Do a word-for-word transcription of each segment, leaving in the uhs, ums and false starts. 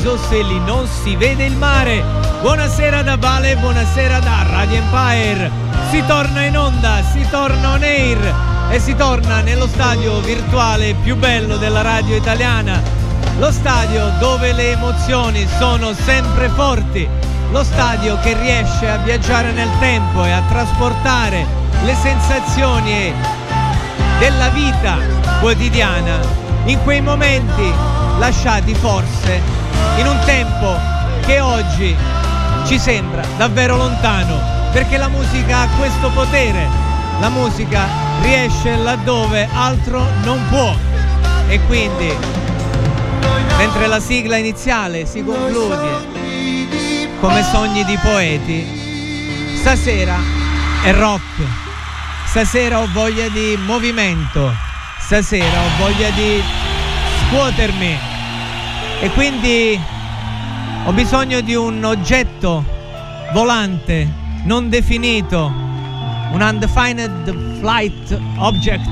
mezzo se lì non si vede il mare. Buonasera da Bale, buonasera da Radio Empire. Si torna in onda, si torna on air e si torna nello stadio virtuale più bello della radio italiana, lo stadio dove le emozioni sono sempre forti, lo stadio che riesce a viaggiare nel tempo e a trasportare le sensazioni della vita quotidiana in quei momenti lasciati forse in un tempo che oggi ci sembra davvero lontano, perché la musica ha questo potere, la musica riesce laddove altro non può. E quindi mentre la sigla iniziale si conclude come sogni di poeti, stasera è rock, stasera ho voglia di movimento, stasera ho voglia di scuotermi e quindi ho bisogno di un oggetto volante non definito, un undefined flight object,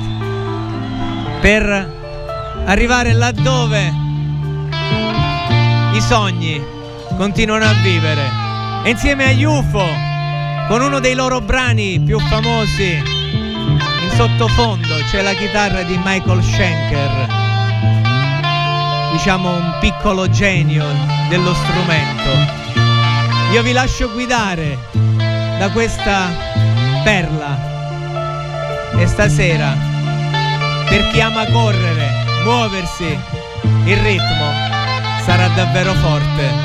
per arrivare laddove i sogni continuano a vivere. E insieme agli U F O, con uno dei loro brani più famosi, in sottofondo c'è la chitarra di Michael Schenker, diciamo un piccolo genio dello strumento. Io vi lascio guidare da questa perla e stasera, per chi ama correre, muoversi, il ritmo sarà davvero forte.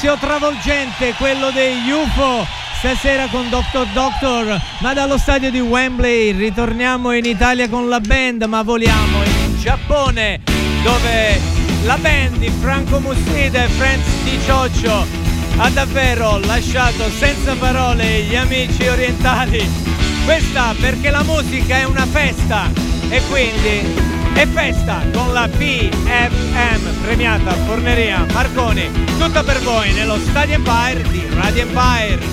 inizio travolgente, quello degli U F O, stasera con Doctor Doctor, ma dallo stadio di Wembley ritorniamo in Italia con la band, ma voliamo in Giappone, dove la band di Franco Mussida e Friends di Cioccio ha davvero lasciato senza parole gli amici orientali. Questa perché la musica è una festa e quindi è festa con la P F M premiata Forneria Marconi, tutta per voi nello Stadio Empire di Radio Empire.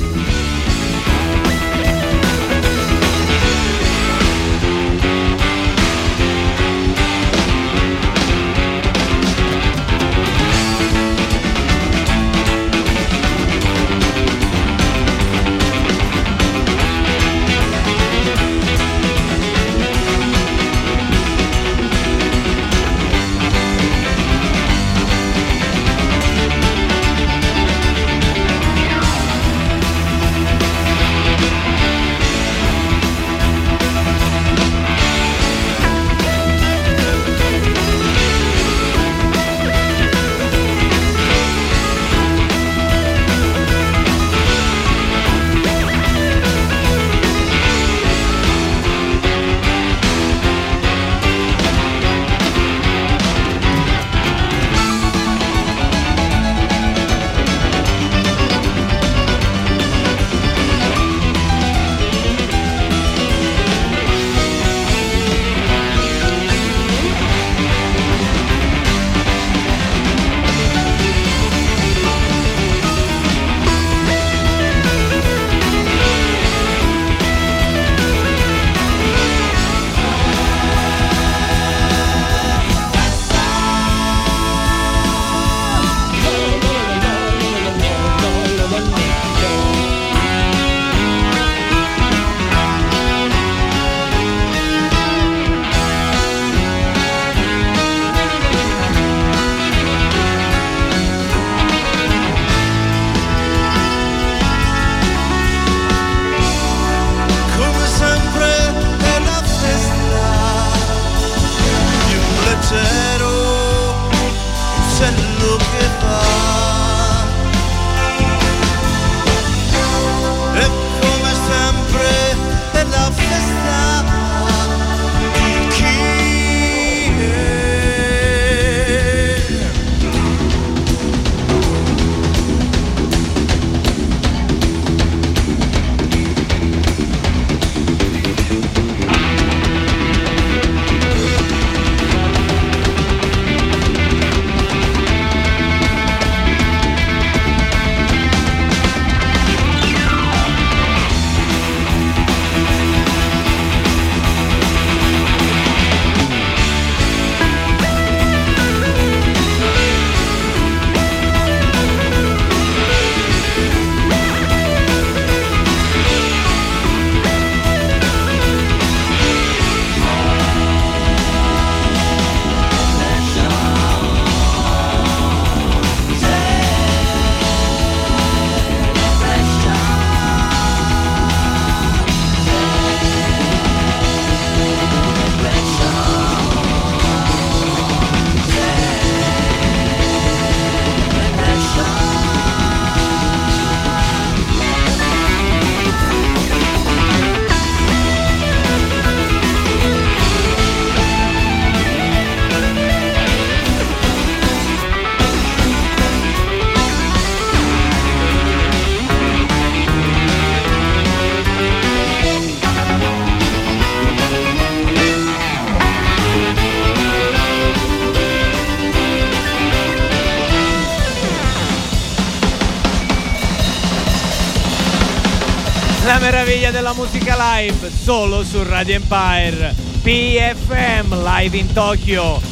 La meraviglia della musica live solo su Radio Empire. P F M live in Tokyo.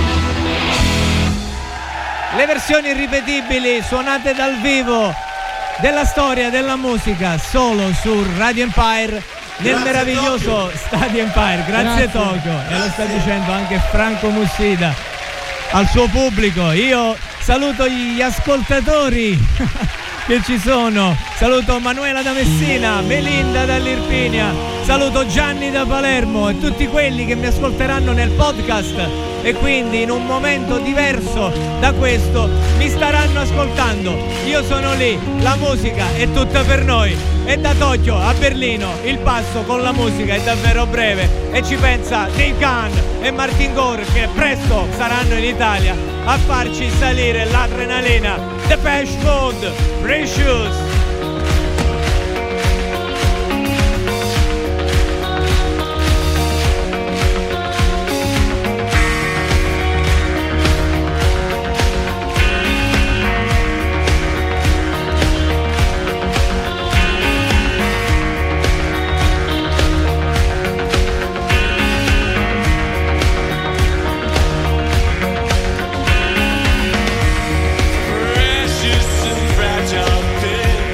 Le versioni irripetibili suonate dal vivo della storia della musica solo su Radio Empire nel grazie meraviglioso Tokyo. Stadio Empire. Grazie, grazie Tokyo, e lo sta dicendo anche Franco Mussida al suo pubblico. Io saluto gli ascoltatori che ci sono, saluto Manuela da Messina, Melinda dall'Irpinia, saluto Gianni da Palermo e tutti quelli che mi ascolteranno nel podcast e quindi in un momento diverso da questo mi staranno ascoltando. Io sono lì, la musica è tutta per noi e da Tokyo a Berlino il passo con la musica è davvero breve e ci pensa Dave Gunn e Martin Gore che presto saranno in Italia a farci salire l'adrenalina. Depeche Mode, Precious. Precious and fragile thing.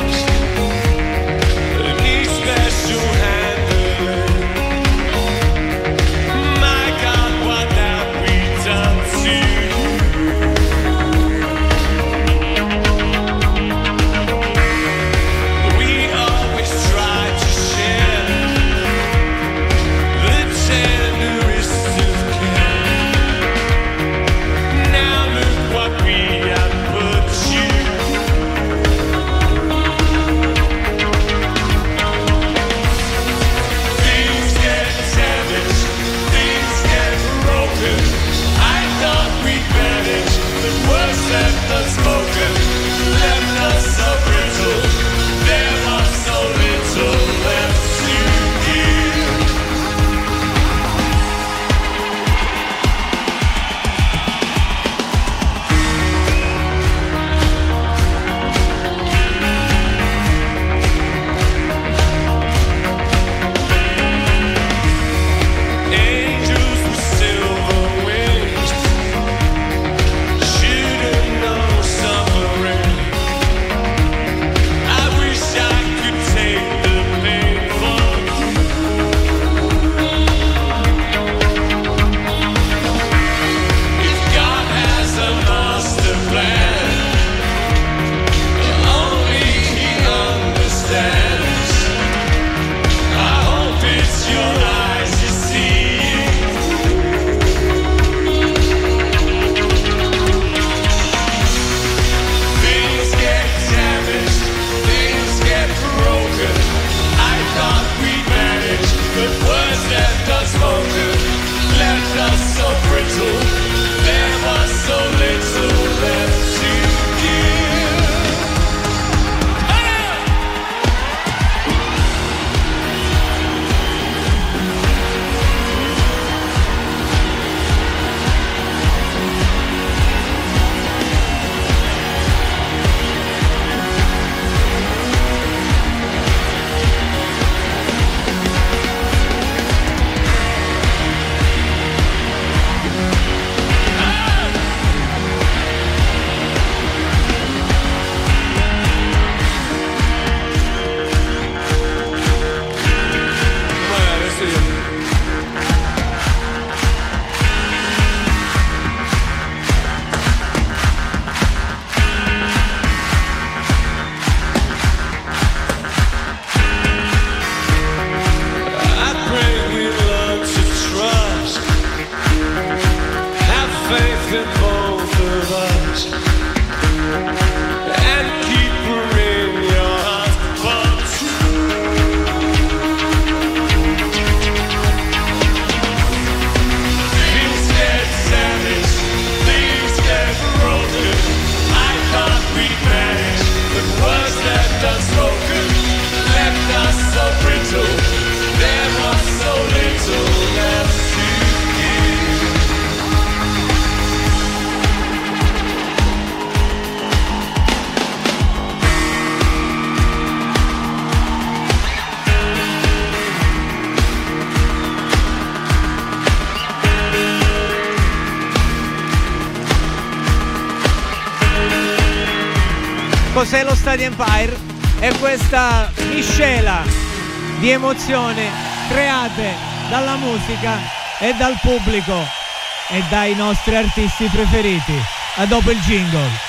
cos'è lo Stadio Empire? È questa miscela di emozioni create dalla musica e dal pubblico e dai nostri artisti preferiti. A dopo il jingle.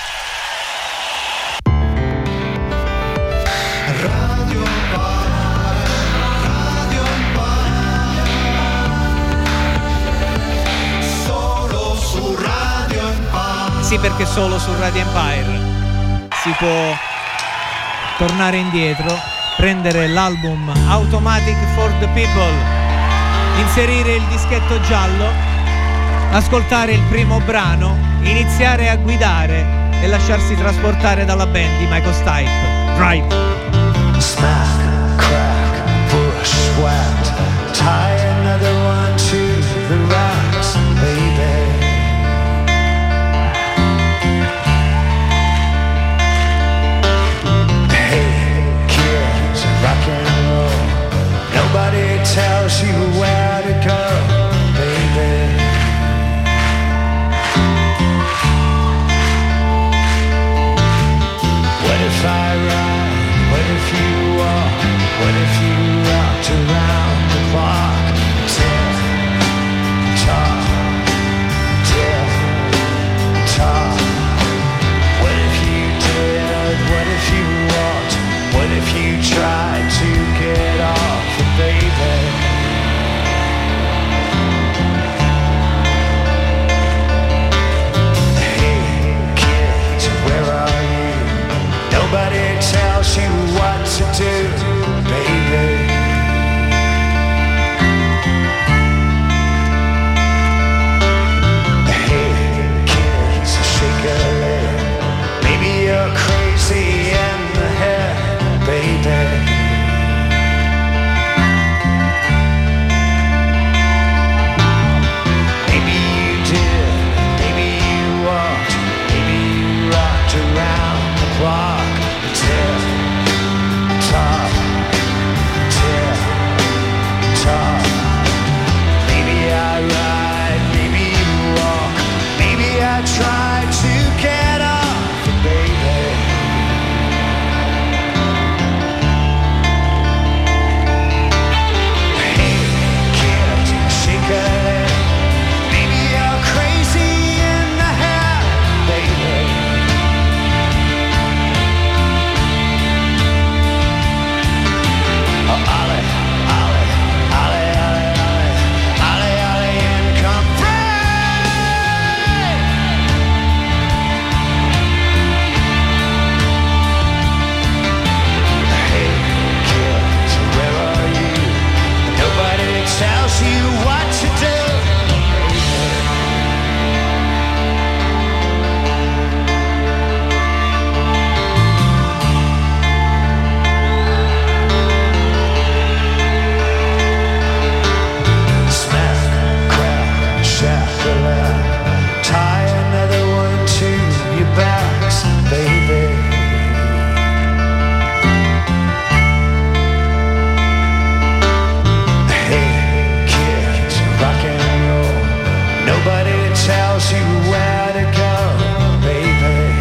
Radio Empire, Radio Empire, solo su Radio Empire. Sì, perché solo su Radio Empire si può tornare indietro, prendere l'album Automatic for the People, inserire il dischetto giallo, ascoltare il primo brano, iniziare a guidare e lasciarsi trasportare dalla band di Michael Stipe. Drive. Smack, crack, push, whack, tie another one to the racks, baby. Hey, kids, rock and roll. Nobody tells you where to go, baby. What if I ride? What if you walk? What if you rocked around the clock? Tick, tock, tick, tock. What if you did? What if you walked? What if you tried to get off the baby? Hey, kids, where are you? Nobody tells you what to do, baby. Hey, kids, shake a leg. Maybe you're crazy in the head, baby. Maybe you did, maybe you walked, maybe you rocked around the clock. Tick, tock, tick, tock. Maybe I ride, maybe you walk, maybe I try to get off, baby. Hey, kid, shake a leg. Maybe you're crazy in the head, baby. Ollie, Ollie, Ollie, Ollie, Ollie, Ollie, and come free. Hey, kids, where are you? Nobody tells you what to do. Smack, crack, shack, tie another one to your backs, baby. Hey, kids, rock and roll. Nobody tells you where to go, baby.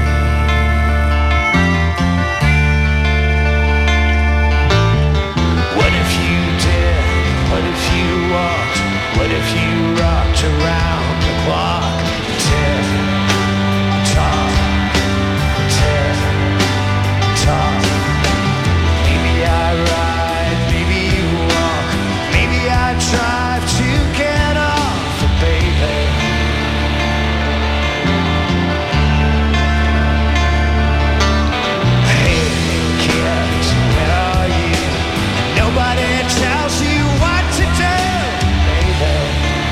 What if you did? What if you walked? What if you rocked around the clock? Tick, tock, tick, tock. Maybe I ride, maybe you walk, maybe I drive to get off, baby. Hey, kids, where are you? Nobody tells you what to do, baby.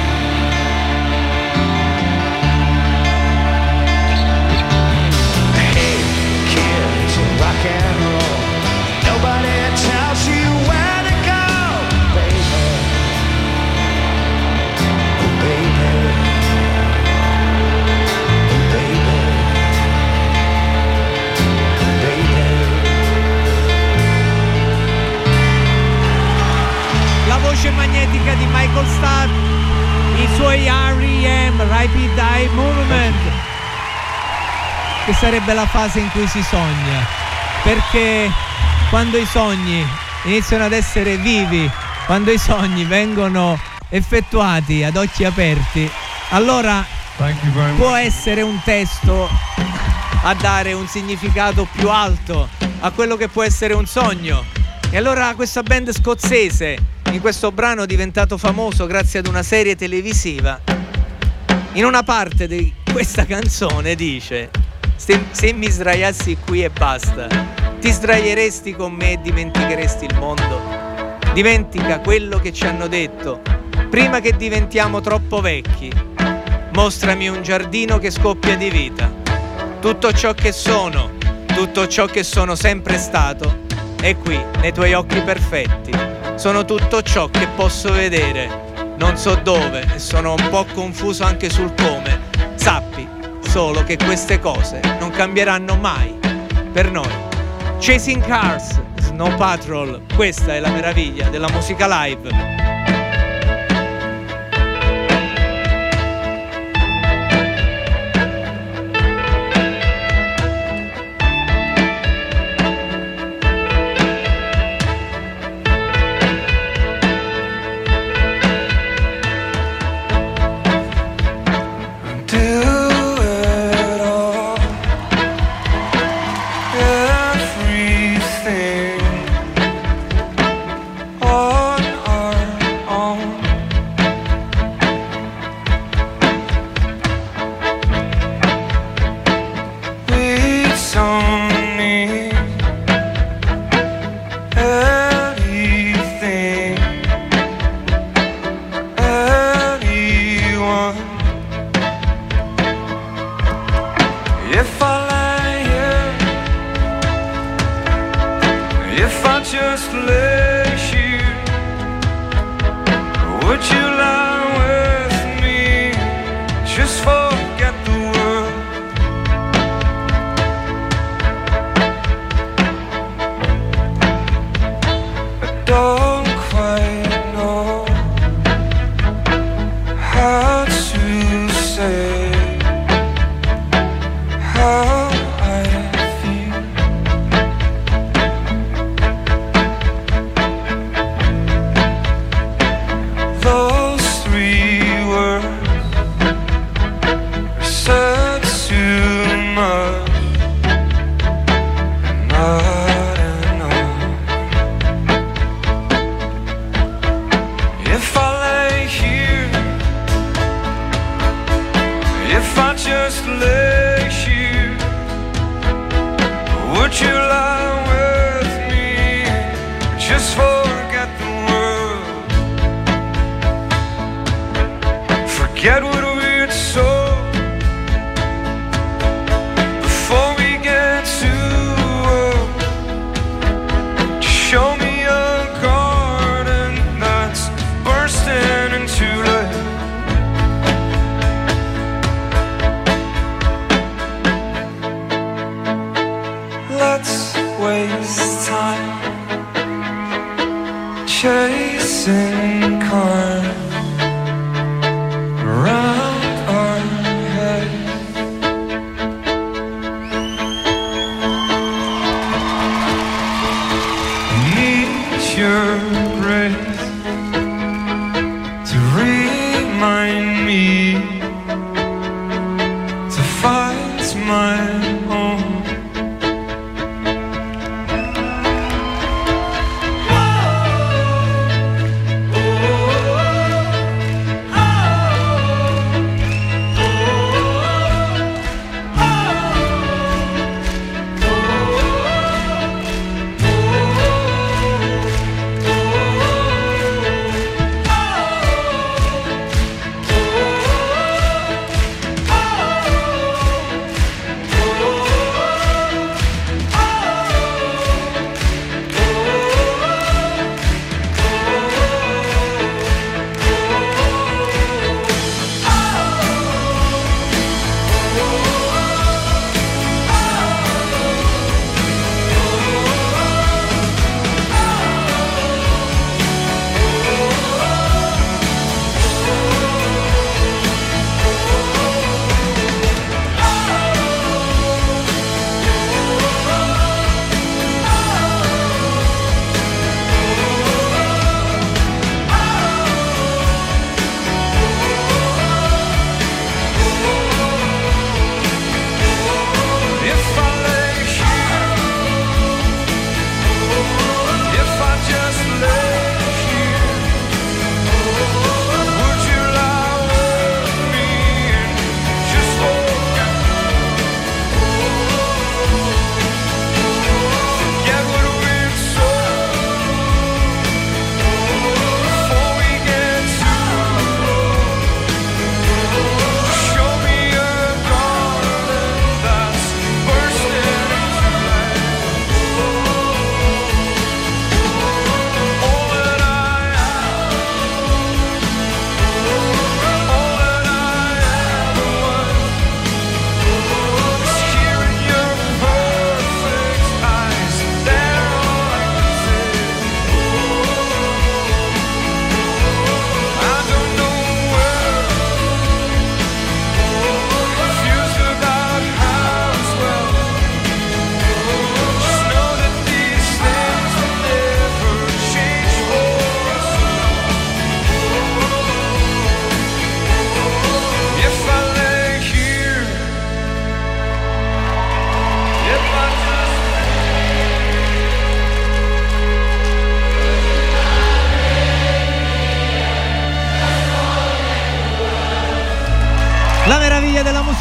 Hey, kids, rock and roll. Nobody tells you where to go, baby. Oh, baby. Oh, baby. Oh, baby. La voce magnetica di Michael Stipe, i suoi R E M, Rapid Eye Movement. che sarebbe la fase in cui si sogna, perché quando i sogni iniziano ad essere vivi, quando i sogni vengono effettuati ad occhi aperti, allora può essere un testo a dare un significato più alto a quello che può essere un sogno. E allora questa band scozzese, in questo brano diventato famoso grazie ad una serie televisiva, in una parte di questa canzone dice: se, se mi sdraiassi qui e basta, ti sdraieresti con me e dimenticheresti il mondo? Dimentica quello che ci hanno detto prima che diventiamo troppo vecchi. Mostrami un giardino che scoppia di vita. Tutto ciò che sono, tutto ciò che sono sempre stato è qui nei tuoi occhi perfetti. Sono tutto ciò che posso vedere. Non so dove e sono un po' confuso anche sul come. Sappi solo che queste cose non cambieranno mai per noi. Chasing Cars, Snow Patrol, questa è la meraviglia della musica live.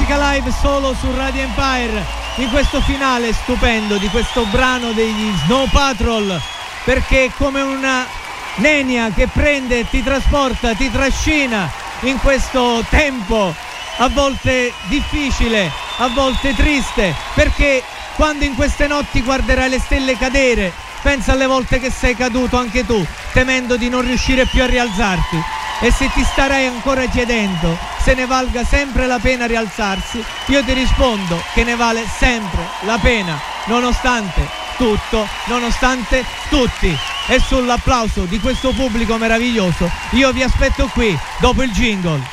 Musica live solo su Radio Empire in questo finale stupendo di questo brano degli Snow Patrol, perché è come una nenia che prende e ti trasporta, ti trascina in questo tempo a volte difficile, a volte triste, perché quando in queste notti guarderai le stelle cadere, pensa alle volte che sei caduto anche tu, temendo di non riuscire più a rialzarti, e se ti starai ancora chiedendo se ne valga sempre la pena rialzarsi, io ti rispondo che ne vale sempre la pena, nonostante tutto, nonostante tutti. E sull'applauso di questo pubblico meraviglioso io vi aspetto qui dopo il jingle.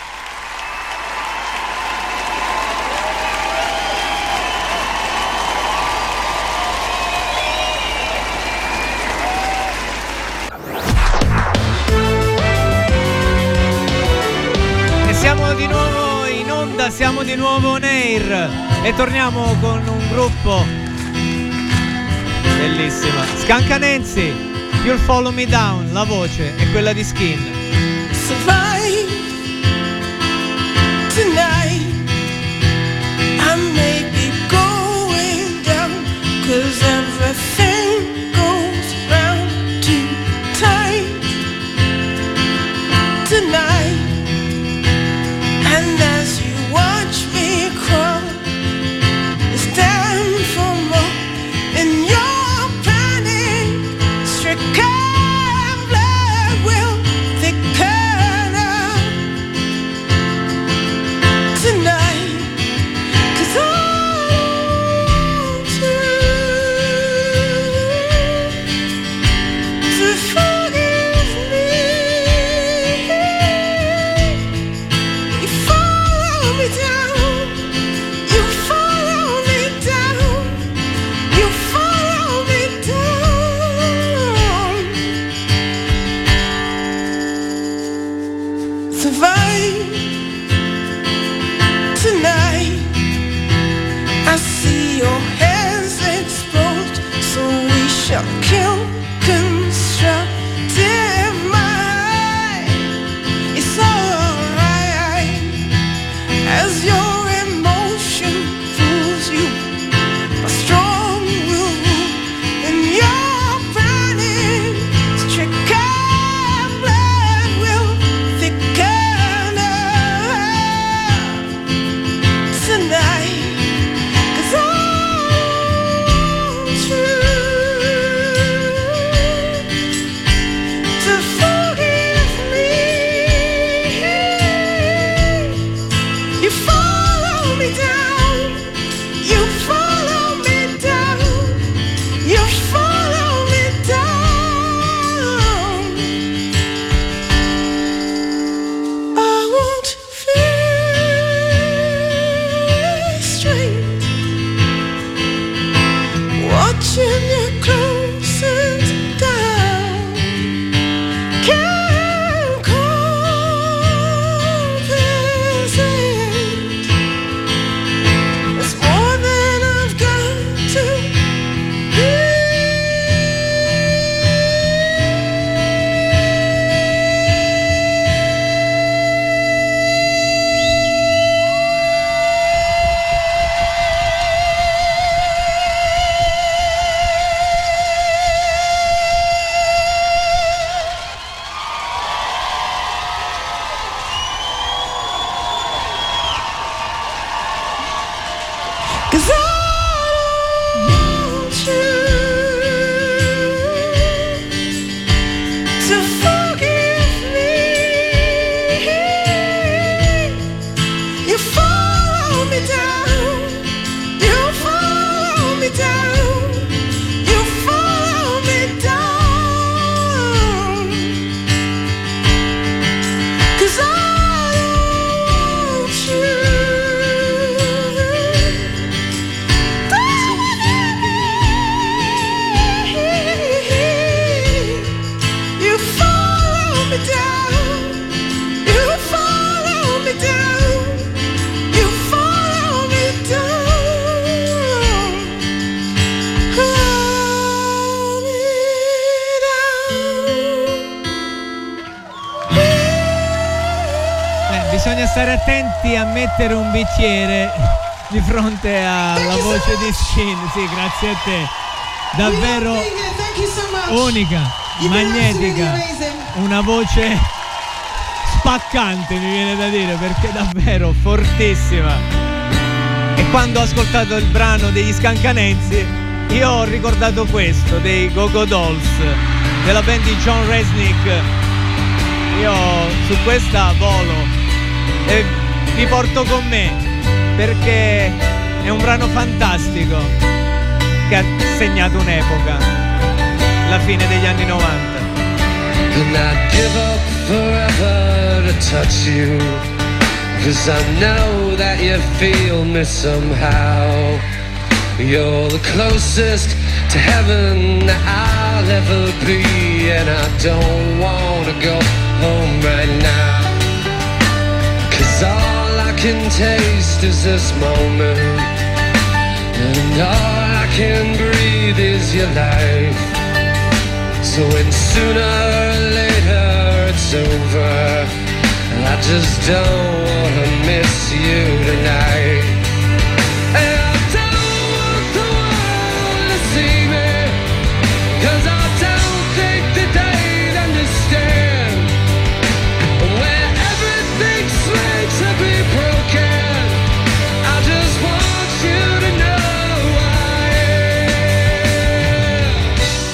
Siamo di nuovo in onda, siamo di nuovo on air e torniamo con un gruppo bellissimo, Scancanensi, You'll Follow Me Down, la voce è quella di Skin. Survive tonight, I may be going down, 'cause everything goes round too tight tonight. And as you watch me crawl, you stand for more in your panic. Stricken blood will thicken up tonight, 'cause I want you to forgive me. You follow me down, you follow me down, you follow me down. Survive tonight, I see your hands exposed, so we shall kill constructive mind. It's alright as your emotion fools you, a strong will rule in your panic. Stricken blood will thicken up tonight, 'cause I want you to forgive me. You follow me down, you follow me down, you follow me down. I won't feel straight, watching you close and down. Can't compensate. It's more than I've got to be. Cause I want you to forgive me. You follow me down, you follow me down, you follow me down. 'Cause I want you. You fall. bisogna stare attenti a mettere un bicchiere di fronte alla voce di Shin. Sì, grazie a te. Davvero unica, magnetica, una voce spaccante, mi viene da dire, perché davvero fortissima. E quando ho ascoltato il brano degli Scancanensi, io ho ricordato questo, dei Go-Go Dolls, della band di John Resnick. Io su questa volo e vi porto con me, perché è un brano fantastico che ha segnato un'epoca, la fine degli anni novanta. And I'd give up forever to touch you, 'cause I know that you feel me somehow. You're the closest to heaven that I'll ever be, and I don't wanna go home right now, 'cause all I can taste is this moment, and all I can breathe is your life. So when sooner or later it's over, I just don't wanna miss you tonight. And I don't want the world to see me, 'cause I don't think that they'd understand. When everything's made to be broken, I just want you to know I am.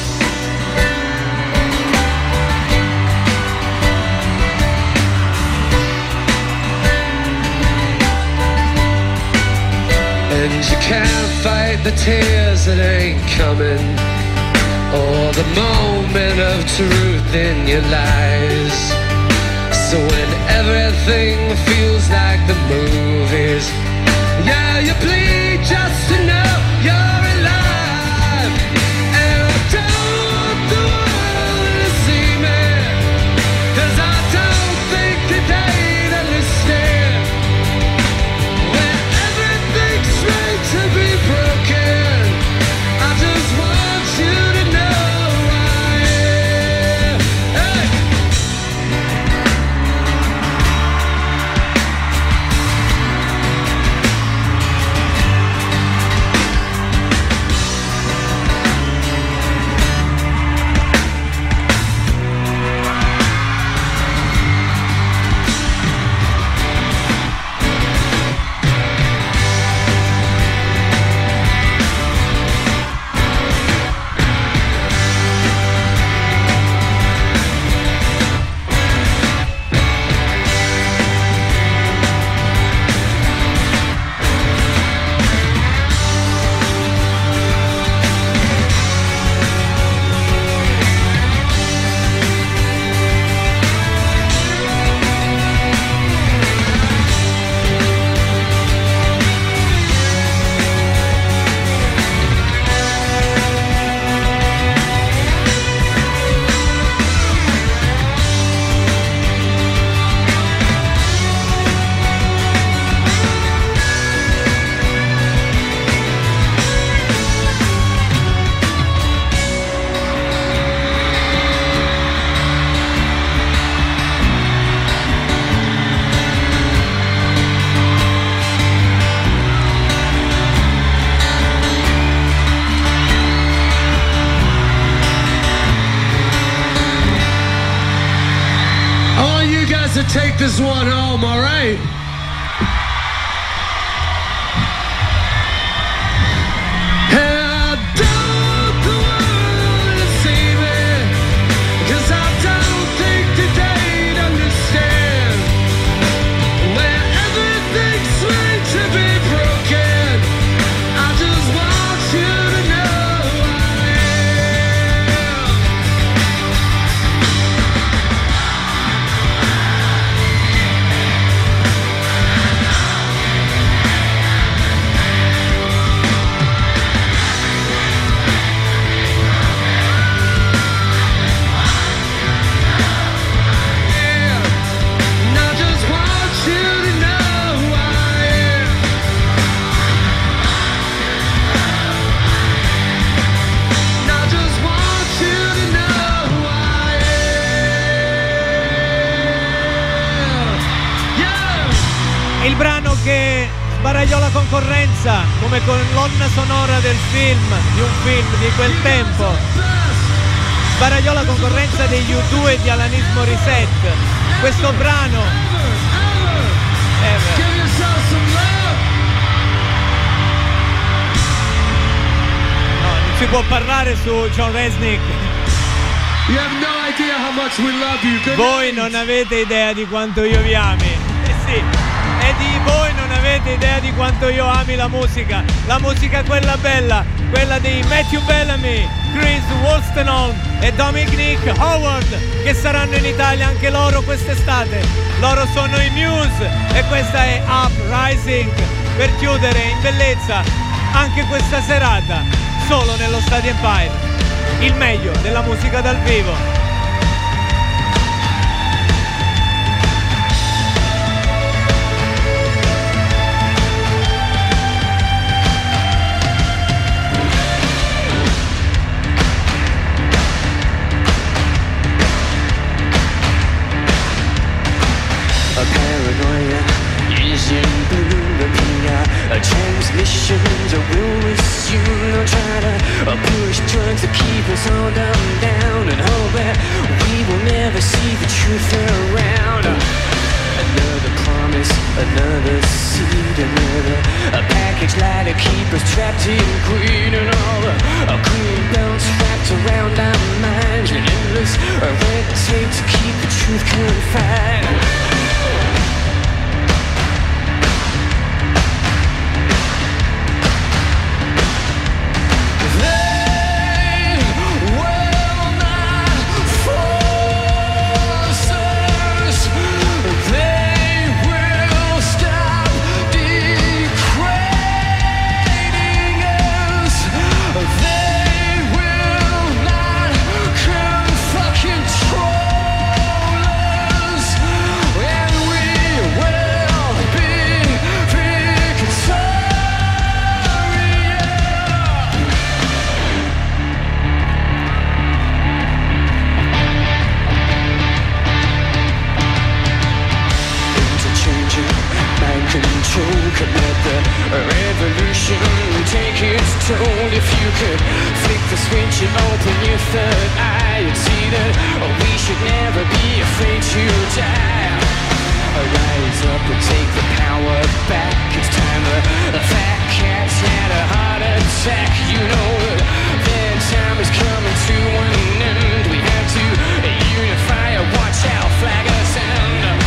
And you can't fight the tears that ain't coming, or the moment of truth in your lies. So when everything feels like the movies, yeah, you plead just to know you're alive. And I don't want the world to see me, 'cause I don't think that they'd understand. When everything's made to be broken, I just want you to know I am. Hey! To take this one home, all right? And I don't want the world to see me, 'cause I don't think that they'd understand. When everything's made to be broken, I just want you to know I am. brano che sbaragliò la concorrenza come colonna sonora del film, di un film di quel tempo. Sbaragliò la concorrenza degli U due e di Alanis Morissette. Questo brano eh, no, non si può parlare su John Resnick. You have no idea how much we love you. Good Voi night. non avete idea di quanto io vi ami. Eh sì, e di voi non avete idea di quanto io ami la musica. La musica quella bella, quella di Matthew Bellamy, Chris Wolstenholme e Dominic Howard, che saranno in Italia anche loro quest'estate. Loro sono i Muse e questa è Uprising, per chiudere in bellezza anche questa serata solo nello Stadio Empire. Il meglio della musica dal vivo. A paranoia is in bloom, a transmissions will resume. They'll try to uh, push drugs to keep us all dumb down and hope that we will never see the truth around. Another promise, another seed, another a package lie to keep us trapped in greed, and all the uh, green belts wrapped around our minds, and endless uh, red tape to keep the truth confined. Could let the revolution take its toll. If you could flick the switch and open your third eye, you'd see that we should never be afraid to die. Rise up and take the power back. It's time the, the fat cat's had a heart attack. You know that their time is coming to an end. We have to unify, watch out, flag us and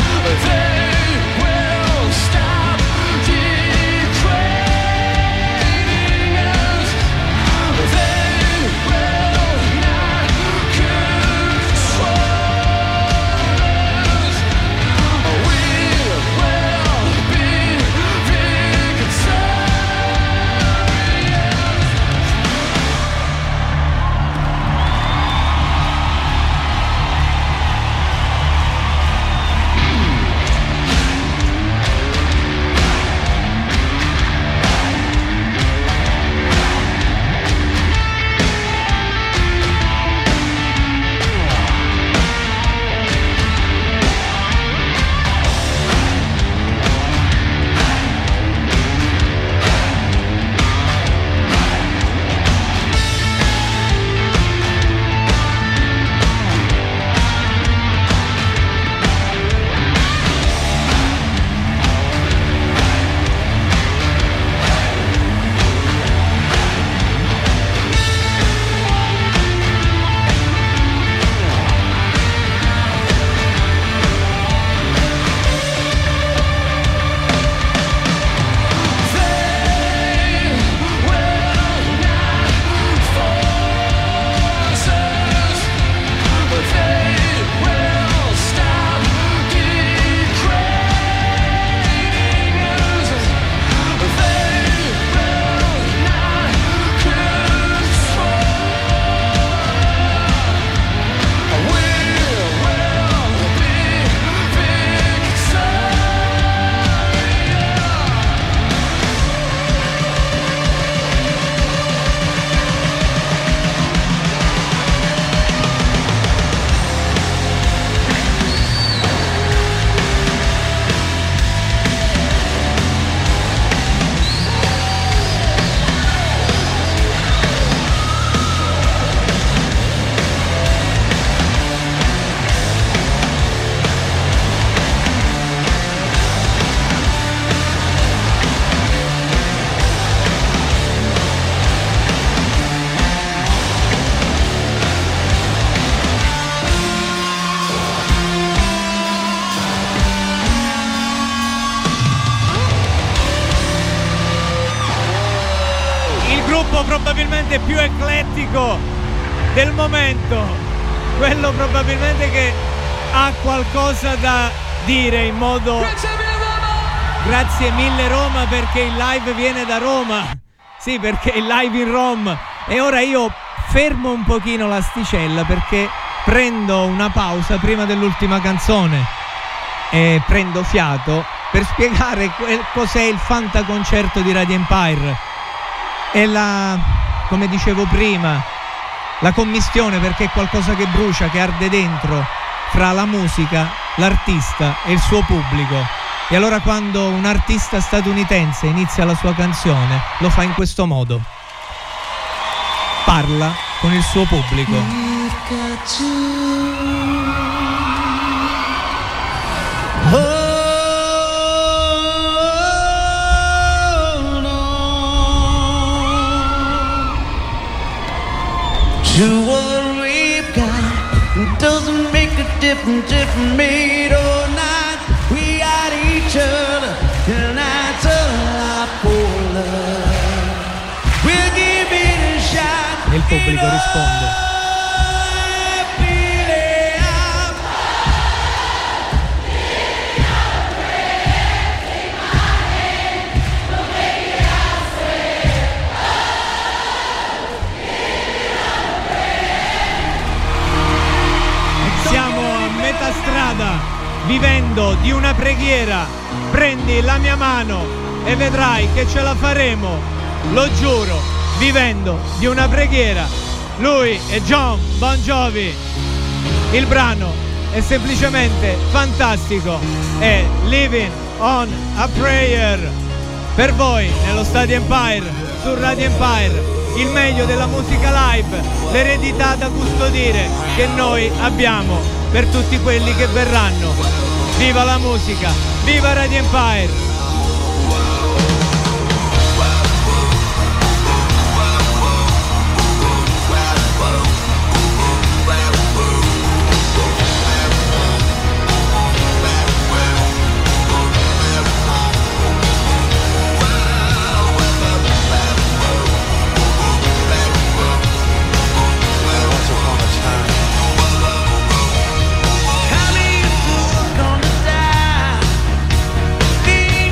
they will stop degrading. probabilmente più eclettico del momento, quello probabilmente che ha qualcosa da dire in modo... Grazie mille Roma, perché il live viene da Roma. Sì, perché il live in Rom. E ora io fermo un pochino l'asticella perché prendo una pausa prima dell'ultima canzone e prendo fiato per spiegare quel, cos'è il Fantaconcerto di Radio Empire. È la, come dicevo prima, la commistione, perché è qualcosa che brucia, che arde dentro, fra la musica, l'artista e il suo pubblico. E allora quando un artista statunitense inizia la sua canzone, lo fa in questo modo. Parla con il suo pubblico. To what we've got doesn't make a difference if we're made or not. We got each other, and that's a lot for love. We'll give it a shot. E il pubblico risponde. Strada, vivendo di una preghiera. Prendi la mia mano e vedrai che ce la faremo, lo giuro, vivendo di una preghiera. Lui è John Bon Jovi, il brano è semplicemente fantastico, è Living on a Prayer, per voi nello Stadio Empire, su Radio Empire, il meglio della musica live, l'eredità da custodire che noi abbiamo per tutti quelli che verranno. Viva la musica, viva Radio Empire! Be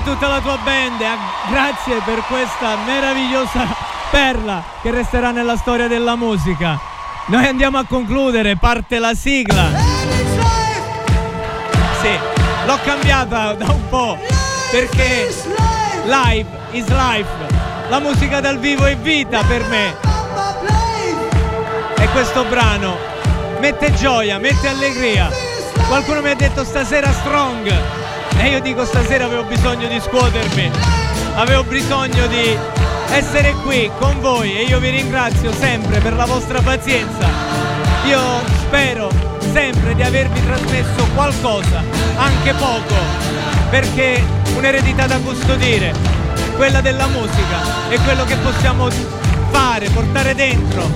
tutta la tua band, e grazie per questa meravigliosa perla che resterà nella storia della musica. Noi andiamo a concludere, parte la sigla. Sì, l'ho cambiata da un po' perché live is life, la musica dal vivo è vita per me, e questo brano mette gioia, mette allegria. Qualcuno mi ha detto stasera strong, e io dico stasera avevo bisogno di scuotermi, avevo bisogno di essere qui con voi, e io vi ringrazio sempre per la vostra pazienza. Io spero sempre di avervi trasmesso qualcosa, anche poco, perché un'eredità da custodire, quella della musica, è quello che possiamo fare, portare dentro.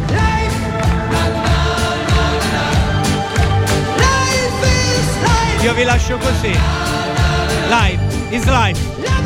Io vi lascio così. Life is life.